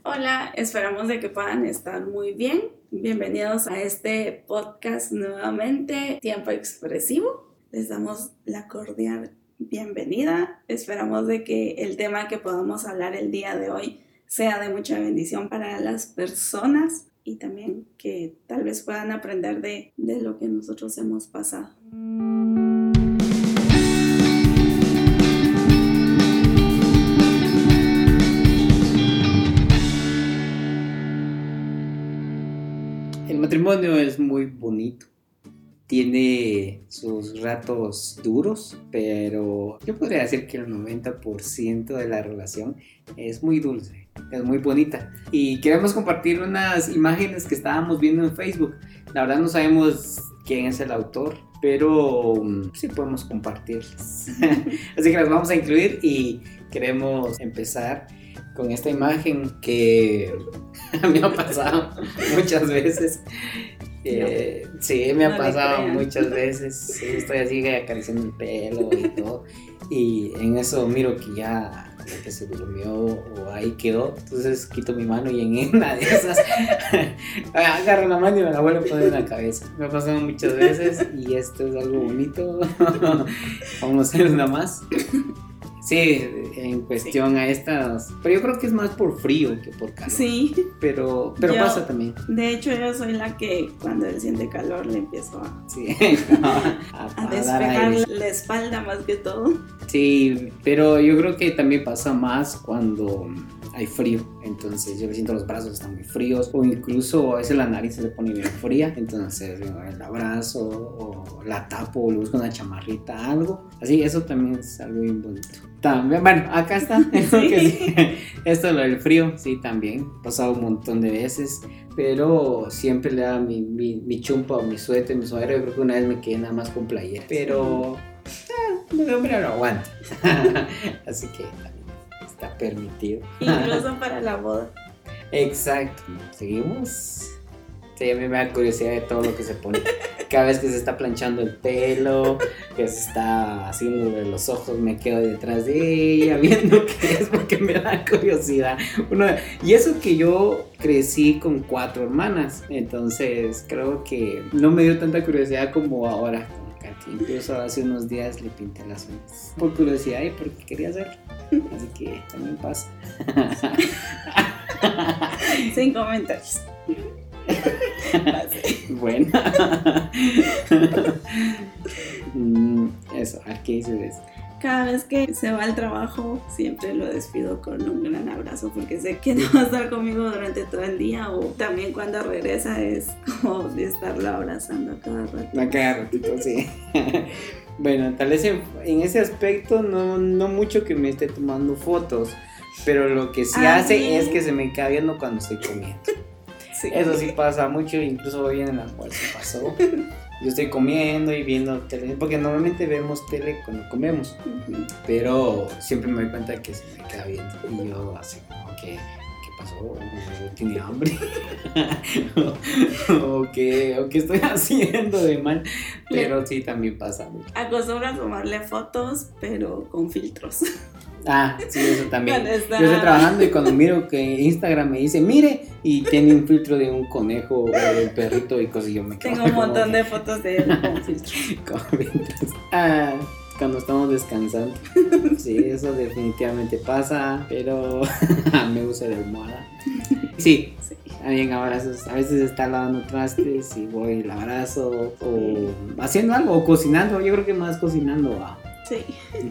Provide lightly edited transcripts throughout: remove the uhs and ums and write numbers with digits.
Hola, esperamos de que puedan estar muy bien. Bienvenidos a este podcast nuevamente, Tiempo Expresivo. Les damos la cordial bienvenida. Esperamos de que el tema que podamos hablar el día de hoy sea de mucha bendición para las personas y también que tal vez puedan aprender de lo que nosotros hemos pasado. El matrimonio es muy bonito, tiene sus ratos duros, pero yo podría decir que el 90% de la relación es muy dulce, es muy bonita. Y queremos compartir unas imágenes que estábamos viendo en Facebook. La verdad no sabemos quién es el autor, pero sí podemos compartirlas. Así que las vamos a incluir y queremos empezar con esta imagen que me ha pasado muchas veces. Sí, me ha pasado muchas veces. Sí, estoy así acariciando el pelo y todo. Y en eso miro que ya como que se durmió o ahí quedó. Entonces quito mi mano y en una de esas agarro la mano y me la vuelvo a poner en la cabeza. Me ha pasado muchas veces y esto es algo bonito. Vamos a hacer una más. Sí, en cuestión a estas, pero yo creo que es más por frío que por calor. Sí. Pero pasa también. De hecho, yo soy la que cuando él siente calor le empiezo a despegar la espalda más que todo. Sí, pero yo creo que también pasa más cuando hay frío, entonces yo siento los brazos están muy fríos o incluso a veces la nariz se le pone bien fría, entonces el abrazo o la tapo o le busco una chamarrita, algo así, eso también es algo bien bonito. También, bueno, acá está. Sí. Esto lo del frío, sí, también he pasado un montón de veces, pero siempre le da mi chumpa o mi suéter, mi suadero. Yo creo que una vez me quedé nada más con playera, pero no, hombre, lo aguanto. Así que está permitido. Incluso para la boda. Exacto. ¿Seguimos? Sí, a mí me da curiosidad de todo lo que se pone. Cada vez que se está planchando el pelo, que se está haciendo los ojos, me quedo detrás de ella viendo qué es, porque me da curiosidad. Y eso que yo crecí con 4 hermanas, entonces creo que no me dio tanta curiosidad como ahora. Incluso hace unos días le pinté las uñas por curiosidad y porque quería hacerlo. Así que también pasa. Sin comentarios. Bueno. Eso, ¿a qué dices eso? Cada vez que se va al trabajo siempre lo despido con un gran abrazo porque sé que no va a estar conmigo durante todo el día, o también cuando regresa es como de estarlo abrazando a cada ratito. A cada ratito, sí. Bueno, tal vez en ese aspecto no mucho que me esté tomando fotos, pero lo que sí hace es que se me queda viendo cuando estoy comiendo. Sí. Eso sí pasa mucho, incluso hoy en el almuerzo pasó. Yo estoy comiendo y viendo tele, porque normalmente vemos tele cuando comemos, pero siempre me doy cuenta que se me queda viendo y yo así como que ¿qué pasó? ¿Tiene hambre? ¿O qué estoy haciendo de mal? Pero sí, también pasa mucho. Acostumbro a tomarle fotos, pero con filtros. Sí, eso también. Yo estoy trabajando y cuando miro que Instagram me dice, mire, y tiene un filtro de un conejo o de un perrito y cosas, yo me quedo. Tengo un montón de fotos de él con filtros. Con filtros. Cuando estamos descansando. Sí, eso definitivamente pasa, pero me uso de almohada. Sí. También abrazos. A veces está lavando trastes y voy y la abrazo, o haciendo algo, o cocinando. Yo creo que más cocinando. Sí.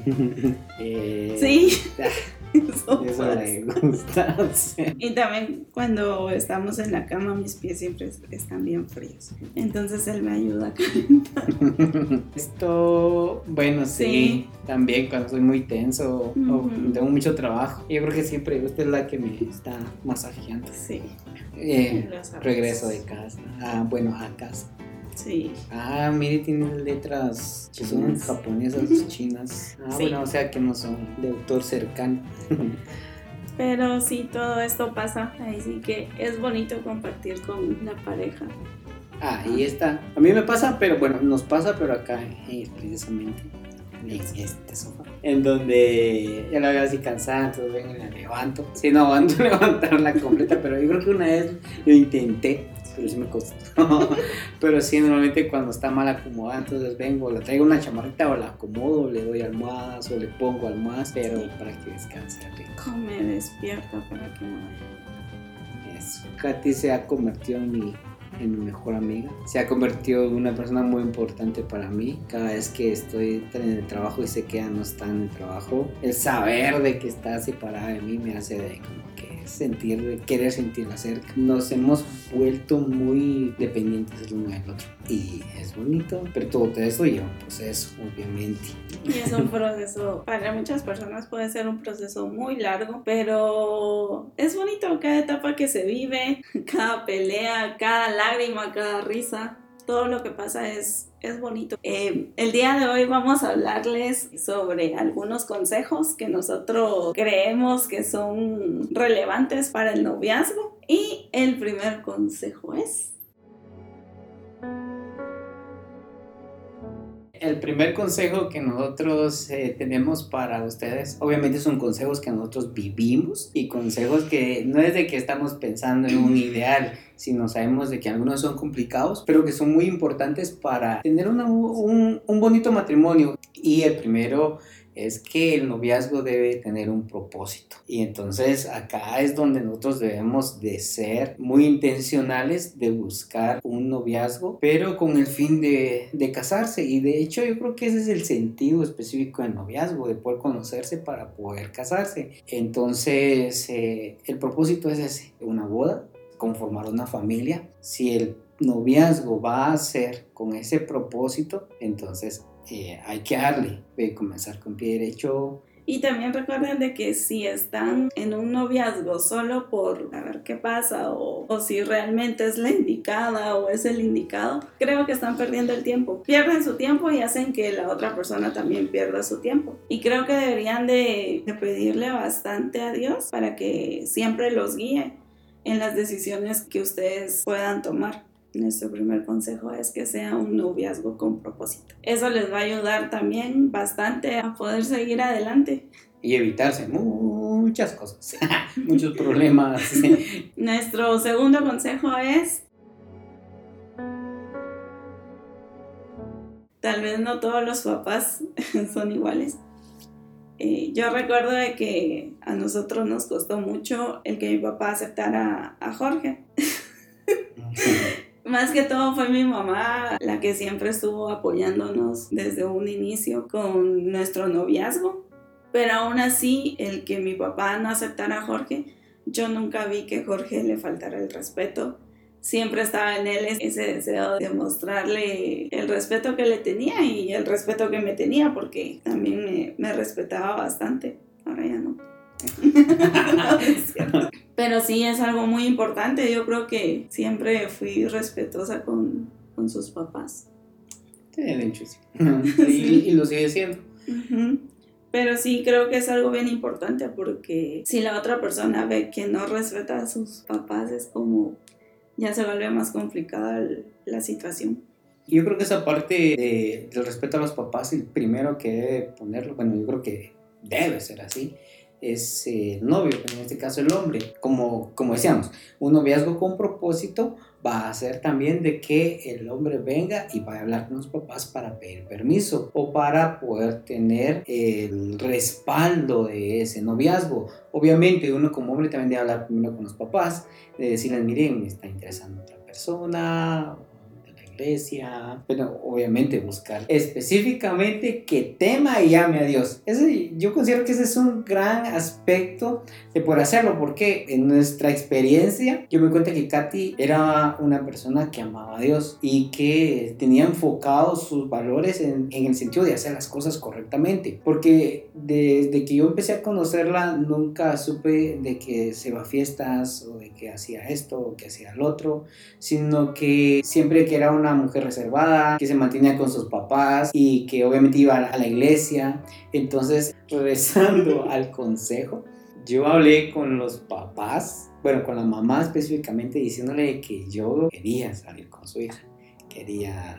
Sí. Eso me gusta. Sí. Y también cuando estamos en la cama mis pies siempre están bien fríos, entonces él me ayuda a calentar. Esto, bueno, sí. También cuando soy muy tenso o tengo mucho trabajo, yo creo que siempre usted es la que me está masajeando. Sí. Regreso de casa. A casa. Sí. Mire, tiene letras que son japonesas, chinas. Sí. Bueno, o sea que no son de autor cercano. Pero sí, todo esto pasa, ahí sí que es bonito compartir con la pareja. Y esta, a mí me pasa, pero bueno, nos pasa, pero acá precisamente en este sofá. en donde ya la veo así cansada, entonces vengo y la levanto. Sí, no aguanto levantarla completa, pero yo creo que una vez lo intenté, pero sí me costó. Pero sí, normalmente cuando está mal acomodada, entonces vengo, le traigo una chamarrita o la acomodo, le doy almohadas o le pongo almohadas, pero para que descanse rico. Me despierta para que no vaya. Eso. Katy se ha convertido en mi mejor amiga. Se ha convertido en una persona muy importante para mí. Cada vez que estoy en el trabajo y sé que ella no está en el trabajo, el saber de que está separada de mí me hace como que querer sentirla cerca. Nos hemos vuelto muy dependientes el uno del otro y es bonito, pero todo eso lleva un proceso, obviamente. Y es un proceso, para muchas personas puede ser un proceso muy largo, pero es bonito cada etapa que se vive, cada pelea, cada lágrima, cada risa. Todo lo que pasa es bonito. El día de hoy vamos a hablarles sobre algunos consejos que nosotros creemos que son relevantes para el noviazgo. Y el primer consejo es... El primer consejo que nosotros tenemos para ustedes, obviamente son consejos que nosotros vivimos y consejos que no es de que estamos pensando en un ideal, sino sabemos de que algunos son complicados, pero que son muy importantes para tener un bonito matrimonio. Y el primero es que el noviazgo debe tener un propósito. Y entonces acá es donde nosotros debemos de ser muy intencionales de buscar un noviazgo, pero con el fin de casarse. Y de hecho yo creo que ese es el sentido específico del noviazgo, de poder conocerse para poder casarse. Entonces el propósito es ese, una boda, conformar una familia. Si el noviazgo va a ser con ese propósito, entonces hay que darle, comenzar con pie derecho. Y también recuerden de que si están en un noviazgo solo por a ver qué pasa o si realmente es la indicada o es el indicado, creo que están perdiendo el tiempo. Pierden su tiempo y hacen que la otra persona también pierda su tiempo. Y creo que deberían de pedirle bastante a Dios para que siempre los guíe en las decisiones que ustedes puedan tomar. Nuestro primer consejo es que sea un noviazgo con propósito. Eso les va a ayudar también bastante a poder seguir adelante. Y evitarse muchas cosas, muchos problemas. Nuestro segundo consejo es... Tal vez no todos los papás son iguales. Yo recuerdo de que a nosotros nos costó mucho el que mi papá aceptara a Jorge. Más que todo fue mi mamá la que siempre estuvo apoyándonos desde un inicio con nuestro noviazgo. Pero aún así, el que mi papá no aceptara a Jorge, yo nunca vi que Jorge le faltara el respeto. Siempre estaba en él ese deseo de mostrarle el respeto que le tenía y el respeto que me tenía, porque también me respetaba bastante. Ahora ya no. No, es cierto. Pero sí es algo muy importante. Yo creo que siempre fui respetuosa con sus papás. Sí, de hecho sí. Y lo sigue siendo. Uh-huh. Pero sí creo que es algo bien importante, porque si la otra persona ve que no respeta a sus papás, es como ya se vuelve más complicada la situación. Yo creo que esa parte del respeto a los papás, el primero que debe ponerlo, bueno, yo creo que debe ser así, es el novio, en este caso el hombre. Como decíamos, un noviazgo con propósito va a ser también de que el hombre venga y vaya a hablar con los papás para pedir permiso o para poder tener el respaldo de ese noviazgo. Obviamente uno como hombre también debe hablar primero con los papás, de decirles, miren, me está interesando otra persona, iglesia, pero obviamente buscar específicamente qué tema y llame a Dios. Yo considero que ese es un gran aspecto de poder hacerlo, porque en nuestra experiencia yo me di cuenta que Katy era una persona que amaba a Dios y que tenía enfocados sus valores en el sentido de hacer las cosas correctamente, porque desde que yo empecé a conocerla nunca supe de que se iba a fiestas o de que hacía esto o que hacía lo otro, sino que siempre que era una mujer reservada, que se mantenía con sus papás y que obviamente iba a la iglesia. Entonces, regresando al consejo, yo hablé con los papás, bueno, con la mamá específicamente, diciéndole que yo quería salir con su hija, quería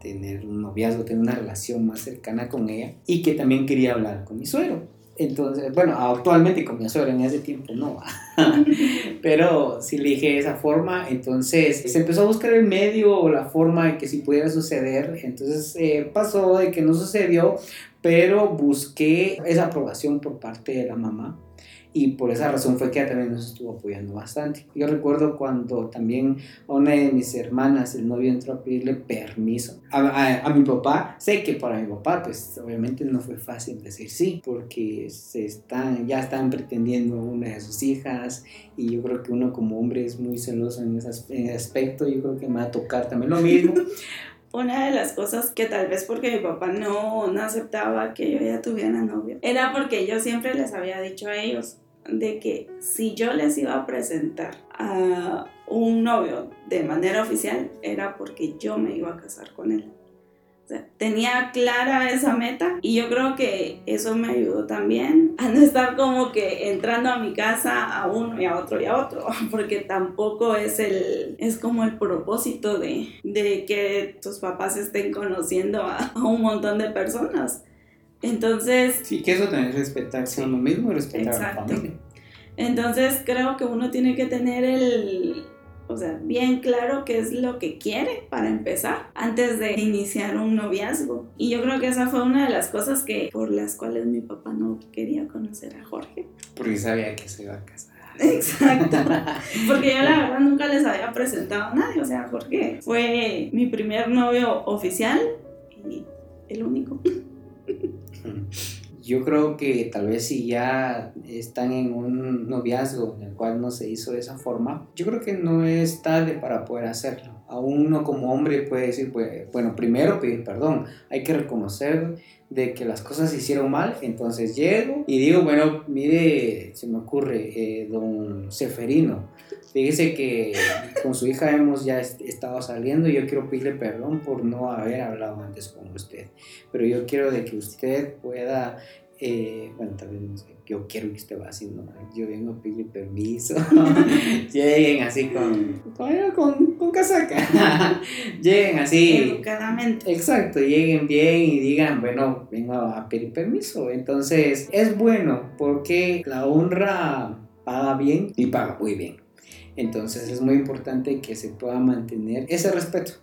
tener un noviazgo, tener una relación más cercana con ella y que también quería hablar con mi suegro. Entonces, bueno, actualmente con mi suegro, en ese tiempo no, pero sí le dije de esa forma. Entonces se empezó a buscar el medio o la forma de que sí pudiera suceder. Entonces pasó de que no sucedió, pero busqué esa aprobación por parte de la mamá. Y por esa razón fue que ella también nos estuvo apoyando bastante. Yo recuerdo cuando también a una de mis hermanas, el novio entró a pedirle permiso a mi papá. Sé que para mi papá, pues obviamente no fue fácil decir sí, porque ya están pretendiendo una de sus hijas. Y yo creo que uno como hombre es muy celoso en ese aspecto. Yo creo que me va a tocar también lo mismo. Una de las cosas que tal vez porque mi papá no aceptaba que yo ya tuviera novio, era porque yo siempre les había dicho a ellos de que si yo les iba a presentar a un novio de manera oficial, era porque yo me iba a casar con él. O sea, tenía clara esa meta y yo creo que eso me ayudó también a no estar como que entrando a mi casa a uno y a otro, porque tampoco es como el propósito de que tus papás estén conociendo a un montón de personas. Entonces... Sí, que eso también es respetarse a uno mismo y respetar exacto. a la familia. Entonces creo que uno tiene que tener bien claro qué es lo que quiere para empezar antes de iniciar un noviazgo. Y yo creo que esa fue una de las cosas por las cuales mi papá no quería conocer a Jorge. Porque sabía que se iba a casar. Exacto. Porque yo la verdad nunca les había presentado a nadie. O sea, Jorge fue mi primer novio oficial y el único. Yo creo que tal vez si ya están en un noviazgo en el cual no se hizo de esa forma, yo creo que no es tarde para poder hacerlo. Aún uno como hombre puede decir, pues, bueno, primero pedir perdón. Hay que reconocer de que las cosas se hicieron mal. Entonces llego y digo, bueno, mire, se me ocurre, don Seferino, fíjese que con su hija hemos ya estado saliendo y yo quiero pedirle perdón por no haber hablado antes con usted. Pero yo quiero de que usted pueda, bueno, tal vez no sé, yo quiero que usted va así, ¿no? Yo vengo a pedirle permiso. Lleguen así con casaca. Lleguen así. Educadamente. Exacto, lleguen bien y digan, bueno, vengo a pedir permiso. Entonces, es bueno porque la honra paga bien y paga muy bien. Entonces es muy importante que se pueda mantener ese respeto.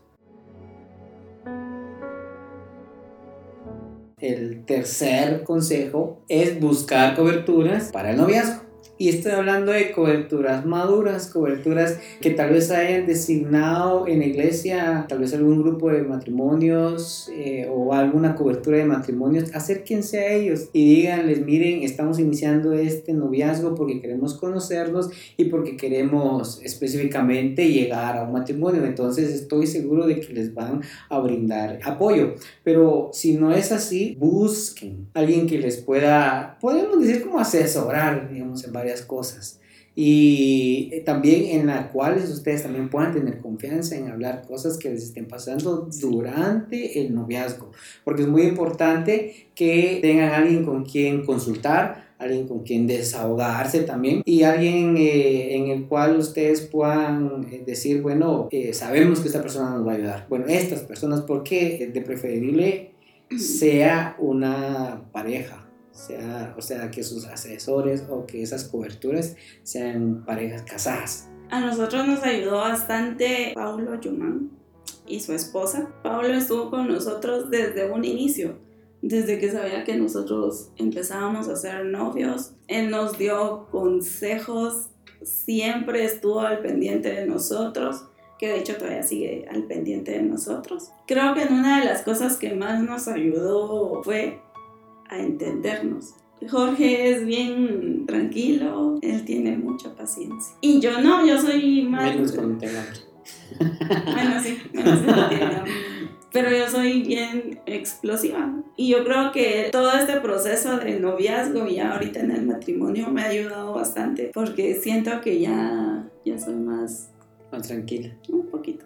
El tercer consejo es buscar coberturas para el noviazgo. Y estoy hablando de coberturas maduras, coberturas que tal vez hayan designado en la iglesia, tal vez algún grupo de matrimonios o alguna cobertura de matrimonios. Acérquense a ellos y díganles, miren, estamos iniciando este noviazgo porque queremos conocernos y porque queremos específicamente llegar a un matrimonio. Entonces estoy seguro de que les van a brindar apoyo. Pero si no es así, busquen a alguien que les pueda, podemos decir como asesorar, digamos, en varias cosas, y también en las cuales ustedes también puedan tener confianza en hablar cosas que les estén pasando durante el noviazgo, porque es muy importante que tengan alguien con quien consultar, alguien con quien desahogarse también y alguien en el cual ustedes puedan decir, bueno, sabemos que esta persona nos va a ayudar. Bueno, estas personas, porque de preferible sea una pareja, o sea, que sus asesores o que esas coberturas sean parejas casadas. A nosotros nos ayudó bastante Paulo Yumán y su esposa. Paulo estuvo con nosotros desde un inicio, desde que sabía que nosotros empezábamos a ser novios. Él nos dio consejos, siempre estuvo al pendiente de nosotros, que de hecho todavía sigue al pendiente de nosotros. Creo que una de las cosas que más nos ayudó fue a entendernos. Jorge es bien tranquilo, él tiene mucha paciencia. Y yo no, yo soy más... Menos cuando tenga hambre. Bueno, sí, menos cuando tiene hambre. Pero yo soy bien explosiva. Y yo creo que todo este proceso del noviazgo y ya ahorita en el matrimonio me ha ayudado bastante, porque siento que ya soy más tranquila. Un poquito.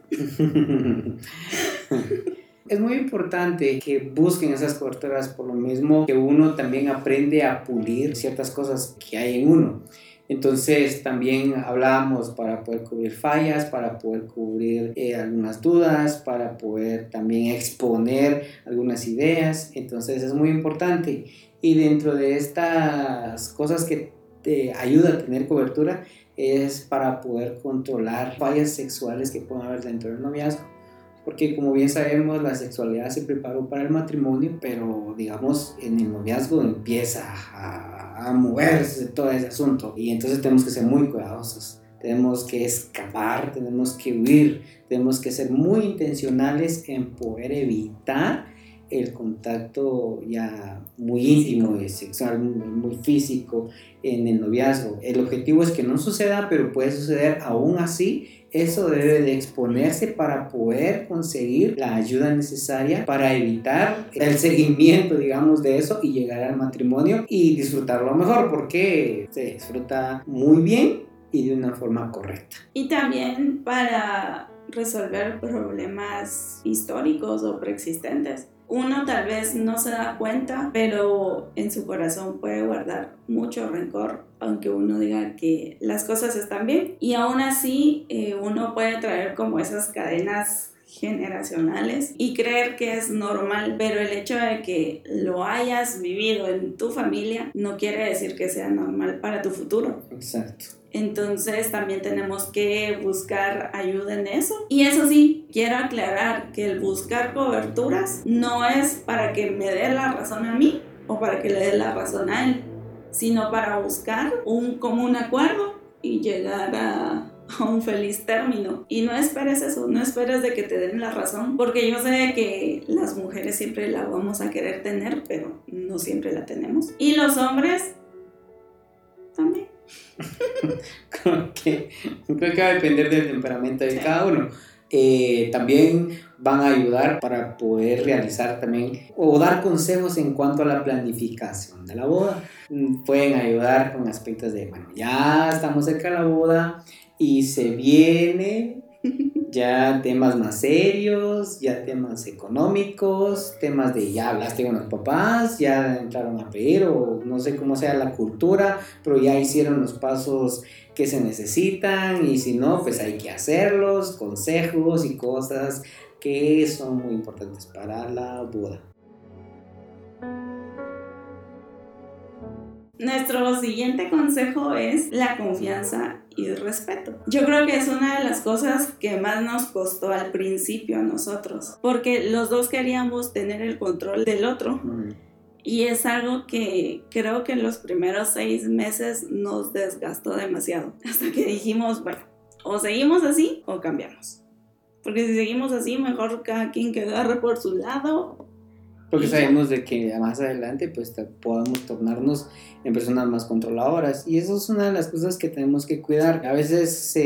Es muy importante que busquen esas coberturas, por lo mismo que uno también aprende a pulir ciertas cosas que hay en uno. Entonces también hablábamos para poder cubrir fallas, para poder cubrir algunas dudas, para poder también exponer algunas ideas. Entonces es muy importante. Y dentro de estas cosas que te ayuda a tener cobertura es para poder controlar fallas sexuales que pueden haber dentro del noviazgo. Porque como bien sabemos, la sexualidad se preparó para el matrimonio, pero digamos en el noviazgo empieza a moverse todo ese asunto. Y entonces tenemos que ser muy cuidadosos, tenemos que escapar, tenemos que huir, tenemos que ser muy intencionales en poder evitar el contacto ya muy íntimo y sexual, muy físico en el noviazgo. El objetivo es que no suceda, pero puede suceder aún así. Eso debe de exponerse para poder conseguir la ayuda necesaria para evitar el seguimiento, digamos, de eso y llegar al matrimonio y disfrutarlo mejor, porque se disfruta muy bien y de una forma correcta. Y también para resolver problemas históricos o preexistentes. Uno tal vez no se da cuenta, pero en su corazón puede guardar mucho rencor, aunque uno diga que las cosas están bien. Y aún así, uno puede traer como esas cadenas generacionales y creer que es normal, pero el hecho de que lo hayas vivido en tu familia no quiere decir que sea normal para tu futuro. Exacto. Entonces también tenemos que buscar ayuda en eso. Y eso sí, quiero aclarar que el buscar coberturas no es para que me dé la razón a mí o para que le dé la razón a él, sino para buscar un común acuerdo y llegar a un feliz término. Y no esperes eso, no esperes de que te den la razón, porque yo sé que las mujeres siempre la vamos a querer tener, pero no siempre la tenemos. Y los hombres también. Creo que va a depender del temperamento de cada uno. También van a ayudar para poder realizar también o dar consejos en cuanto a la planificación de la boda. Pueden ayudar con aspectos de, bueno, ya estamos cerca de la boda y se viene ya temas más serios, ya temas económicos, temas de ya hablaste con los papás, ya entraron a pedir o no sé cómo sea la cultura, pero ya hicieron los pasos que se necesitan y si no, pues hay que hacerlos, consejos y cosas que son muy importantes para la boda. Nuestro siguiente consejo es la confianza y el respeto. Yo creo que es una de las cosas que más nos costó al principio a nosotros, porque los dos queríamos tener el control del otro. Y es algo que creo que en los primeros 6 meses nos desgastó demasiado, hasta que dijimos, bueno, o seguimos así o cambiamos, porque si seguimos así, mejor cada quien que agarre por su lado. Porque sabemos de que más adelante pues podamos tornarnos en personas más controladoras y eso es una de las cosas que tenemos que cuidar. A veces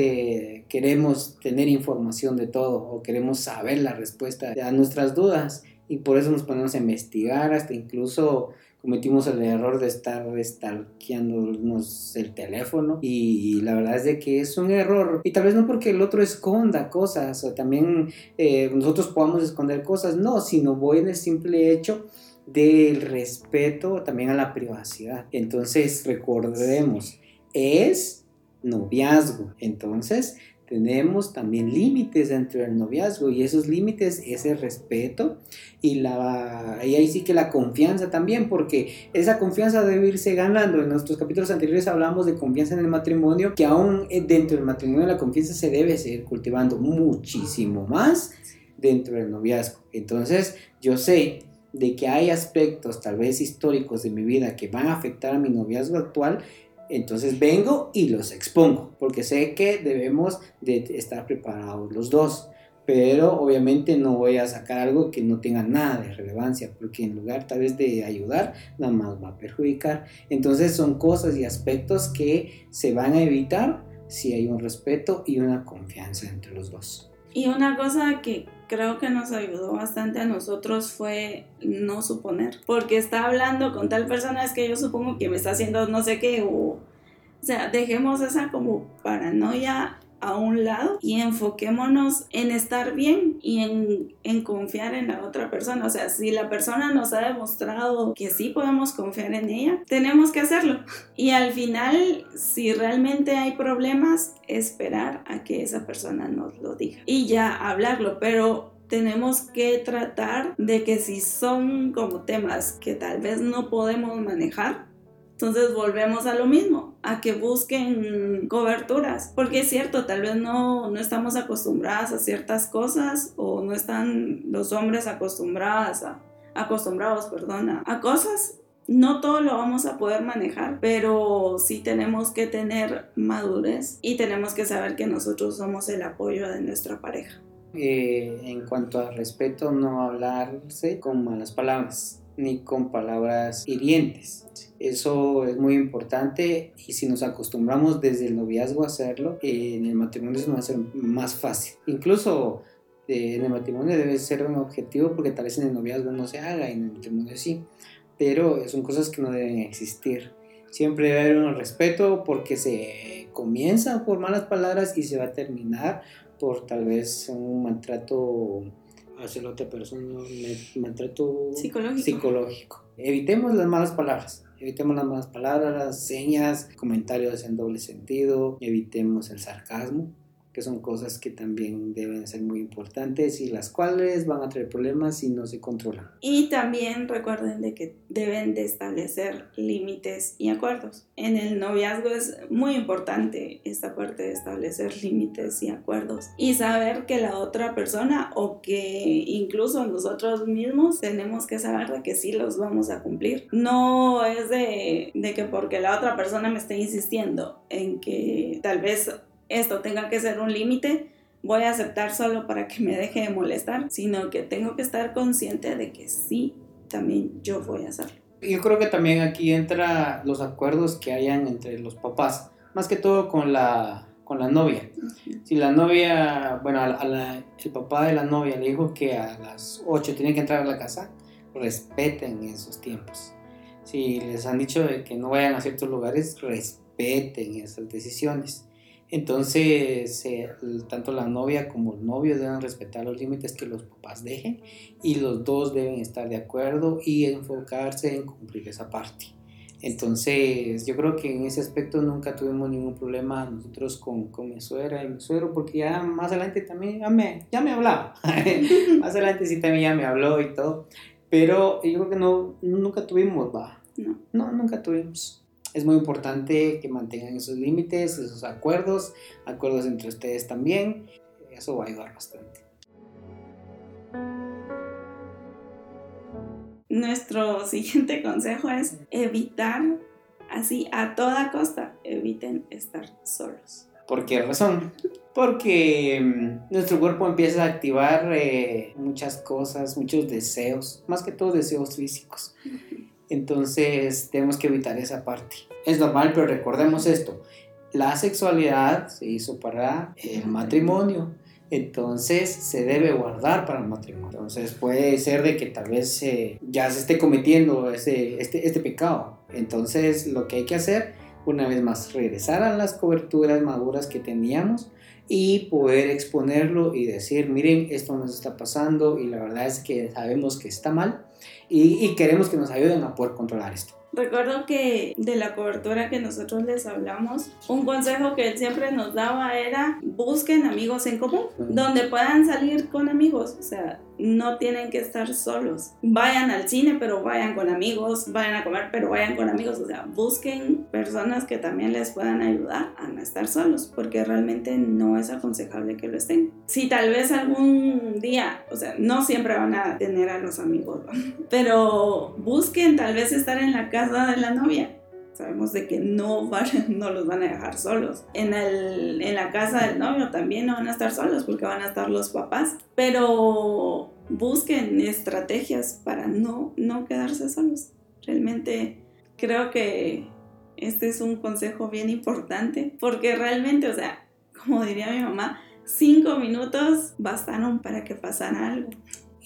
queremos tener información de todo o queremos saber la respuesta a nuestras dudas y por eso nos ponemos a investigar, hasta incluso cometimos el error de estar stalkeándonos el teléfono y la verdad es de que es un error y tal vez no porque el otro esconda cosas o también nosotros podamos esconder cosas, no, sino voy en el simple hecho del respeto también a la privacidad. Entonces recordemos, es noviazgo, entonces tenemos también límites dentro del noviazgo y esos límites es el respeto y ahí sí que la confianza también, porque esa confianza debe irse ganando. En nuestros capítulos anteriores hablamos de confianza en el matrimonio, que aún dentro del matrimonio la confianza se debe seguir cultivando muchísimo más dentro del noviazgo. Entonces yo sé de que hay aspectos tal vez históricos de mi vida que van a afectar a mi noviazgo actual. Entonces vengo y los expongo, porque sé que debemos de estar preparados los dos, pero obviamente no voy a sacar algo que no tenga nada de relevancia, porque en lugar tal vez de ayudar, nada más va a perjudicar. Entonces son cosas y aspectos que se van a evitar si hay un respeto y una confianza entre los dos. Y una cosa que creo que nos ayudó bastante a nosotros fue no suponer, porque está hablando con tal persona, es que yo supongo que me está haciendo no sé qué, o sea, dejemos esa como paranoia a un lado y enfoquémonos en estar bien y en confiar en la otra persona. O sea, si la persona nos ha demostrado que sí podemos confiar en ella, tenemos que hacerlo. Y al final, si realmente hay problemas, esperar a que esa persona nos lo diga y ya hablarlo, pero tenemos que tratar de que si son como temas que tal vez no podemos manejar, entonces volvemos a lo mismo, a que busquen coberturas, porque es cierto, tal vez no estamos acostumbradas a ciertas cosas o no están los hombres acostumbrados a cosas. No todo lo vamos a poder manejar, pero sí tenemos que tener madurez y tenemos que saber que nosotros somos el apoyo de nuestra pareja. En cuanto al respeto, no hablarse con malas palabras ni con palabras hirientes. Eso es muy importante y si nos acostumbramos desde el noviazgo a hacerlo, en el matrimonio eso va a ser más fácil. Incluso en el matrimonio debe ser un objetivo porque tal vez en el noviazgo no se haga, en el matrimonio sí, pero son cosas que no deben existir. Siempre debe haber un respeto porque se comienza por malas palabras y se va a terminar por tal vez un maltrato hacia la otra persona, un maltrato psicológico. Evitemos las malas palabras, las señas, comentarios en doble sentido, evitemos el sarcasmo, que son cosas que también deben ser muy importantes y las cuales van a traer problemas si no se controlan. Y también recuerden de que deben de establecer límites y acuerdos. En el noviazgo es muy importante esta parte de establecer límites y acuerdos y saber que la otra persona o que incluso nosotros mismos tenemos que saber de que sí los vamos a cumplir. No es de que porque la otra persona me esté insistiendo en que tal vez esto tenga que ser un límite, voy a aceptar solo para que me deje de molestar, sino que tengo que estar consciente de que sí, también yo voy a hacerlo. Yo creo que también aquí entra los acuerdos que hayan entre los papás, más que todo con la novia. Si la novia, bueno, el papá de la novia le dijo que a las 8 tienen que entrar a la casa, respeten esos tiempos. Si les han dicho de que no vayan a ciertos lugares, respeten esas decisiones. Entonces, tanto la novia como el novio deben respetar los límites que los papás dejen y los dos deben estar de acuerdo y enfocarse en cumplir esa parte. Entonces, yo creo que en ese aspecto nunca tuvimos ningún problema nosotros con mi suegra y mi suegro, porque ya más adelante también ya me hablaba. Más adelante sí también ya me habló y todo, pero yo creo que nunca tuvimos, No, nunca tuvimos. Es muy importante que mantengan esos límites, esos acuerdos entre ustedes también. Eso va a ayudar bastante. Nuestro siguiente consejo es evitar, así a toda costa, eviten estar solos. ¿Por qué razón? Porque nuestro cuerpo empieza a activar muchas cosas, muchos deseos, más que todo deseos físicos. Entonces tenemos que evitar esa parte. Es normal, pero recordemos esto: la sexualidad se hizo para el matrimonio, entonces se debe guardar para el matrimonio. Entonces puede ser de que tal vez ya se esté cometiendo este pecado. Entonces lo que hay que hacer, una vez más, regresar a las coberturas maduras que teníamos y poder exponerlo y decir: miren, esto nos está pasando y la verdad es que sabemos que está mal y queremos que nos ayuden a poder controlar esto. Recuerdo que de la cobertura que nosotros les hablamos, un consejo que él siempre nos daba era: busquen amigos en común, donde puedan salir con amigos, o sea, no tienen que estar solos. Vayan al cine, pero vayan con amigos, vayan a comer, pero vayan con amigos, o sea, busquen personas que también les puedan ayudar a no estar solos, porque realmente no es aconsejable que lo estén. Si tal vez algún día, o sea, no siempre van a tener a los amigos, ¿no? Pero busquen tal vez estar en la casa de la novia. Sabemos de que no los van a dejar solos. En la casa del novio también no van a estar solos porque van a estar los papás. Pero busquen estrategias para no quedarse solos. Realmente creo que este es un consejo bien importante porque realmente, o sea, como diría mi mamá, 5 minutos bastaron para que pasara algo.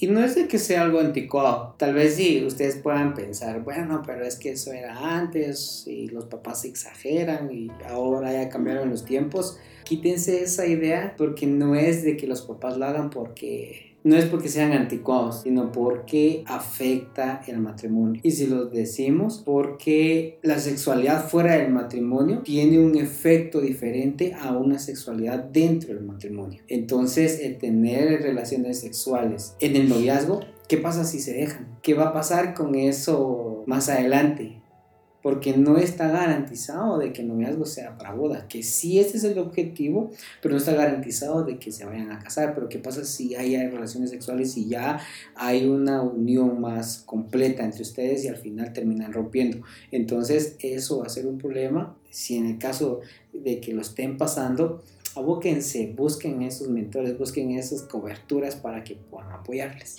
Y no es de que sea algo anticuado. Tal vez sí, ustedes puedan pensar, bueno, pero es que eso era antes y los papás exageran y ahora ya cambiaron los tiempos. Quítense esa idea porque no es de que los papás lo hagan porque... No es porque sean anticuados, sino porque afecta el matrimonio. Y si lo decimos, porque la sexualidad fuera del matrimonio tiene un efecto diferente a una sexualidad dentro del matrimonio. Entonces, el tener relaciones sexuales en el noviazgo, ¿qué pasa si se dejan? ¿Qué va a pasar con eso más adelante? Porque no está garantizado de que el noviazgo sea para boda, que sí ese es el objetivo, pero no está garantizado de que se vayan a casar. Pero ¿qué pasa si hay relaciones sexuales y ya hay una unión más completa entre ustedes y al final terminan rompiendo? Entonces eso va a ser un problema. Si en el caso de que lo estén pasando, abóquense, busquen esos mentores, busquen esas coberturas para que puedan apoyarles.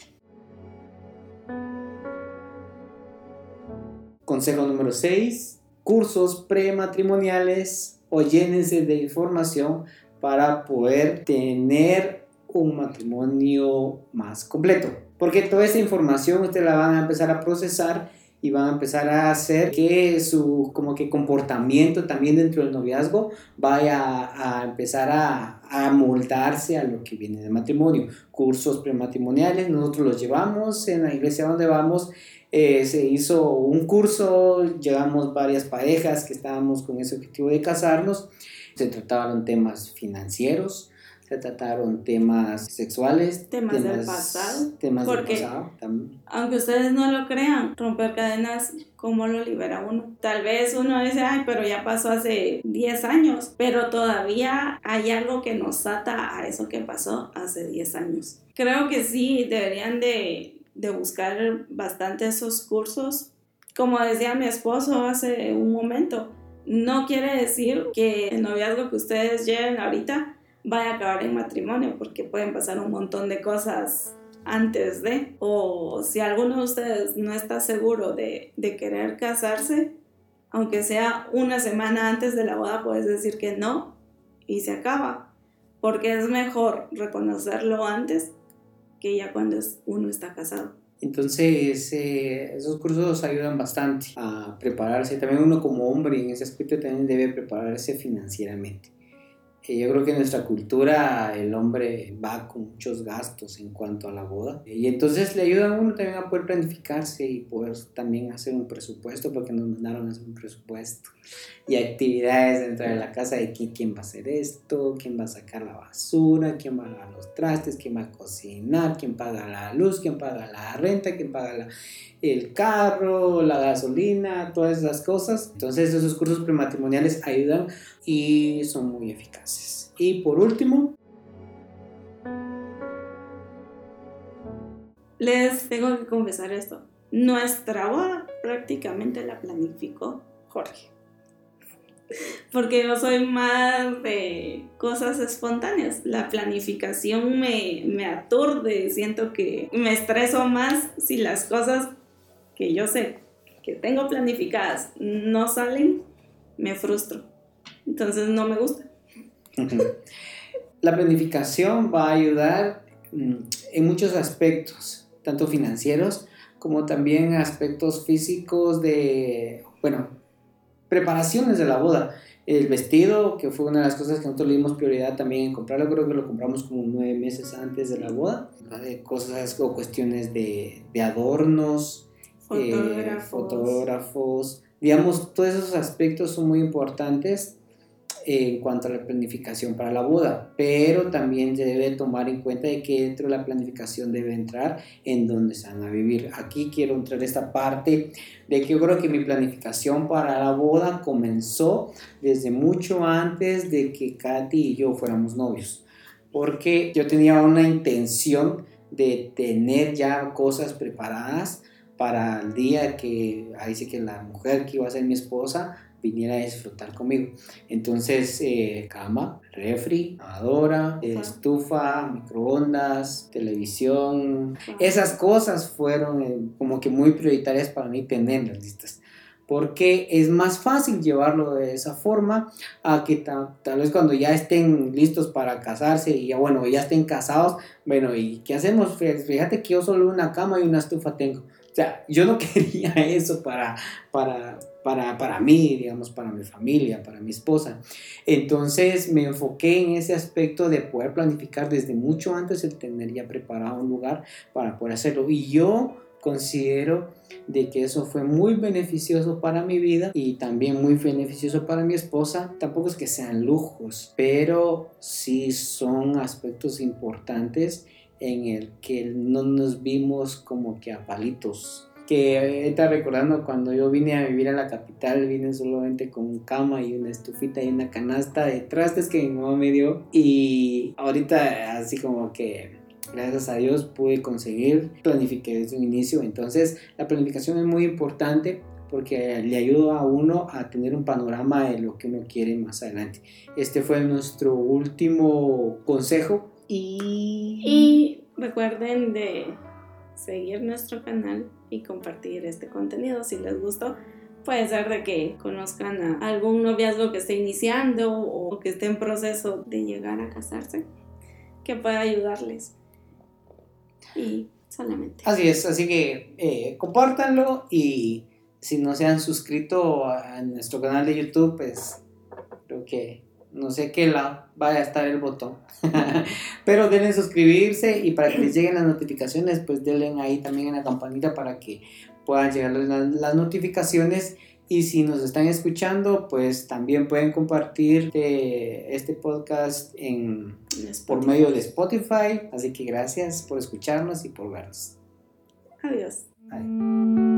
Consejo número 6, cursos prematrimoniales o llénense de información para poder tener un matrimonio más completo. Porque toda esa información ustedes la van a empezar a procesar y van a empezar a hacer que su como que comportamiento también dentro del noviazgo vaya a empezar a moldarse a lo que viene del matrimonio. Cursos prematrimoniales, nosotros los llevamos en la iglesia donde vamos. Se hizo un curso, llevamos varias parejas que estábamos con ese objetivo de casarnos. Se trataron temas financieros, se trataron temas sexuales, temas del pasado. Porque, del pasado también. Aunque ustedes no lo crean, romper cadenas, ¿cómo lo libera uno? Tal vez uno dice, ay, pero ya pasó hace 10 años, pero todavía hay algo que nos ata a eso que pasó hace 10 años. Creo que sí, deberían de buscar bastante esos cursos. Como decía mi esposo hace un momento, no quiere decir que el noviazgo que ustedes lleven ahorita vaya a acabar en matrimonio, porque pueden pasar un montón de cosas antes de, o si alguno de ustedes no está seguro de querer casarse, aunque sea una semana antes de la boda, puedes decir que no y se acaba, porque es mejor reconocerlo antes que ya cuando uno está casado. Entonces, esos cursos ayudan bastante a prepararse. También uno como hombre en ese aspecto también debe prepararse financieramente. Yo creo que en nuestra cultura el hombre va con muchos gastos en cuanto a la boda y entonces le ayuda a uno también a poder planificarse y poder también hacer un presupuesto, porque nos mandaron a hacer un presupuesto y actividades dentro de la casa de quién va a hacer esto, quién va a sacar la basura, quién va a lavar los trastes, quién va a cocinar, quién paga la luz, quién paga la renta, quién paga el carro, la gasolina, todas esas cosas. Entonces esos cursos prematrimoniales ayudan y son muy eficaces. Y por último, les tengo que confesar esto. Nuestra boda prácticamente la planificó Jorge. Porque yo soy más de cosas espontáneas. La planificación me aturde. Siento que me estreso más si las cosas que yo sé que tengo planificadas no salen, me frustro. Entonces no me gusta. La planificación va a ayudar en muchos aspectos, tanto financieros como también aspectos físicos de, preparaciones de la boda. El vestido, que fue una de las cosas que nosotros le dimos prioridad también en comprarlo, creo que lo compramos como 9 meses antes de la boda. Cosas o cuestiones de adornos, fotógrafos, digamos, todos esos aspectos son muy importantes en cuanto a la planificación para la boda, pero también se debe tomar en cuenta de que dentro de la planificación debe entrar en dónde se van a vivir. Aquí quiero entrar esta parte de que yo creo que mi planificación para la boda comenzó desde mucho antes de que Katy y yo fuéramos novios, porque yo tenía una intención de tener ya cosas preparadas para el día que ahí sí que la mujer que iba a ser mi esposa viniera a disfrutar conmigo. Entonces, cama, refri, lavadora, estufa, microondas, televisión, esas cosas fueron como que muy prioritarias para mí tenerlas listas. porque es más fácil llevarlo de esa forma a que tal vez cuando ya estén listos para casarse y ya, bueno, ya estén casados, bueno, ¿y qué hacemos? Fíjate que yo solo una cama y una estufa tengo. O sea, yo no quería eso para mí, digamos, para mi familia, para mi esposa. Entonces me enfoqué en ese aspecto de poder planificar desde mucho antes el tener ya preparado un lugar para poder hacerlo. Y yo considero de que eso fue muy beneficioso para mi vida y también muy beneficioso para mi esposa. Tampoco es que sean lujos, pero sí son aspectos importantes en el que no nos vimos como que a palitos. Que está recordando cuando yo vine a vivir a la capital, vine solamente con cama y una estufita y una canasta de trastes que mi mamá me dio, y ahorita así como que gracias a Dios pude conseguir, planifiqué desde un inicio. Entonces la planificación es muy importante porque le ayuda a uno a tener un panorama de lo que uno quiere más adelante. Este fue nuestro último consejo y recuerden de seguir nuestro canal y compartir este contenido si les gustó. Puede ser de que conozcan a algún noviazgo que esté iniciando o que esté en proceso de llegar a casarse, que pueda ayudarles. Y solamente. Así es, así que compártanlo, y si no se han suscrito a nuestro canal de YouTube, pues creo que no sé qué lado vaya a estar el botón, pero denle suscribirse, y para que les lleguen las notificaciones, pues denle ahí también en la campanita para que puedan llegarles las notificaciones. Y si nos están escuchando, pues también pueden compartir este podcast por medio de Spotify. Así que gracias por escucharnos y por vernos. Adiós. Bye.